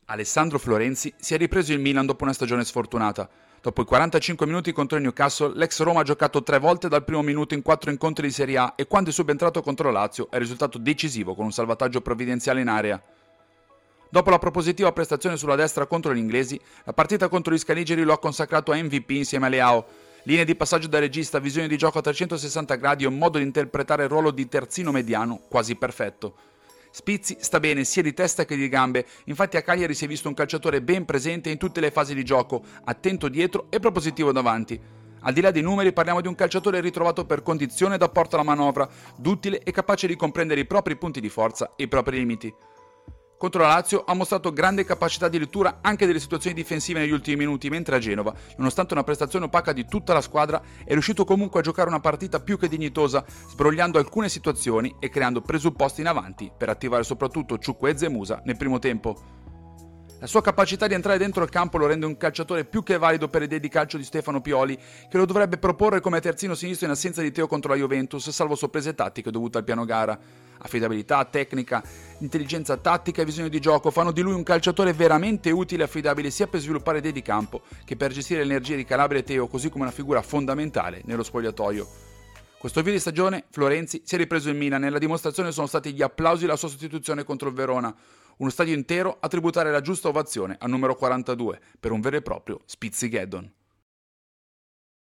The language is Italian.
Alessandro Florenzi si è ripreso il Milan dopo una stagione sfortunata. Dopo i 45 minuti contro il Newcastle, l'ex Roma ha giocato 3 volte dal primo minuto in 4 incontri di Serie A e quando è subentrato contro Lazio è risultato decisivo con un salvataggio provvidenziale in area. Dopo la propositiva prestazione sulla destra contro gli inglesi, la partita contro gli Scaligeri lo ha consacrato a MVP insieme a Leao. Linee di passaggio da regista, visione di gioco a 360 gradi e un modo di interpretare il ruolo di terzino mediano quasi perfetto. Spizzi sta bene sia di testa che di gambe, infatti a Cagliari si è visto un calciatore ben presente in tutte le fasi di gioco, attento dietro e propositivo davanti. Al di là dei numeri parliamo di un calciatore ritrovato per condizione ed apporto alla manovra, duttile e capace di comprendere i propri punti di forza e i propri limiti. Contro la Lazio ha mostrato grande capacità di lettura anche delle situazioni difensive negli ultimi minuti, mentre a Genova, nonostante una prestazione opaca di tutta la squadra, è riuscito comunque a giocare una partita più che dignitosa, sbrogliando alcune situazioni e creando presupposti in avanti per attivare soprattutto Chukwueze e Musa nel primo tempo. La sua capacità di entrare dentro il campo lo rende un calciatore più che valido per l'idea di calcio di Stefano Pioli, che lo dovrebbe proporre come terzino sinistro in assenza di Teo contro la Juventus, salvo sorprese tattiche dovute al piano gara. Affidabilità, tecnica, intelligenza tattica e visione di gioco fanno di lui un calciatore veramente utile e affidabile sia per sviluppare idee di campo che per gestire le energie di Calabria e Teo, così come una figura fondamentale nello spogliatoio. Questo avvio di stagione, Florenzi si è ripreso in Milan e la dimostrazione sono stati gli applausi alla sua sostituzione contro il Verona. Uno stadio intero a tributare la giusta ovazione al numero 42 per un vero e proprio Spizzigeddon.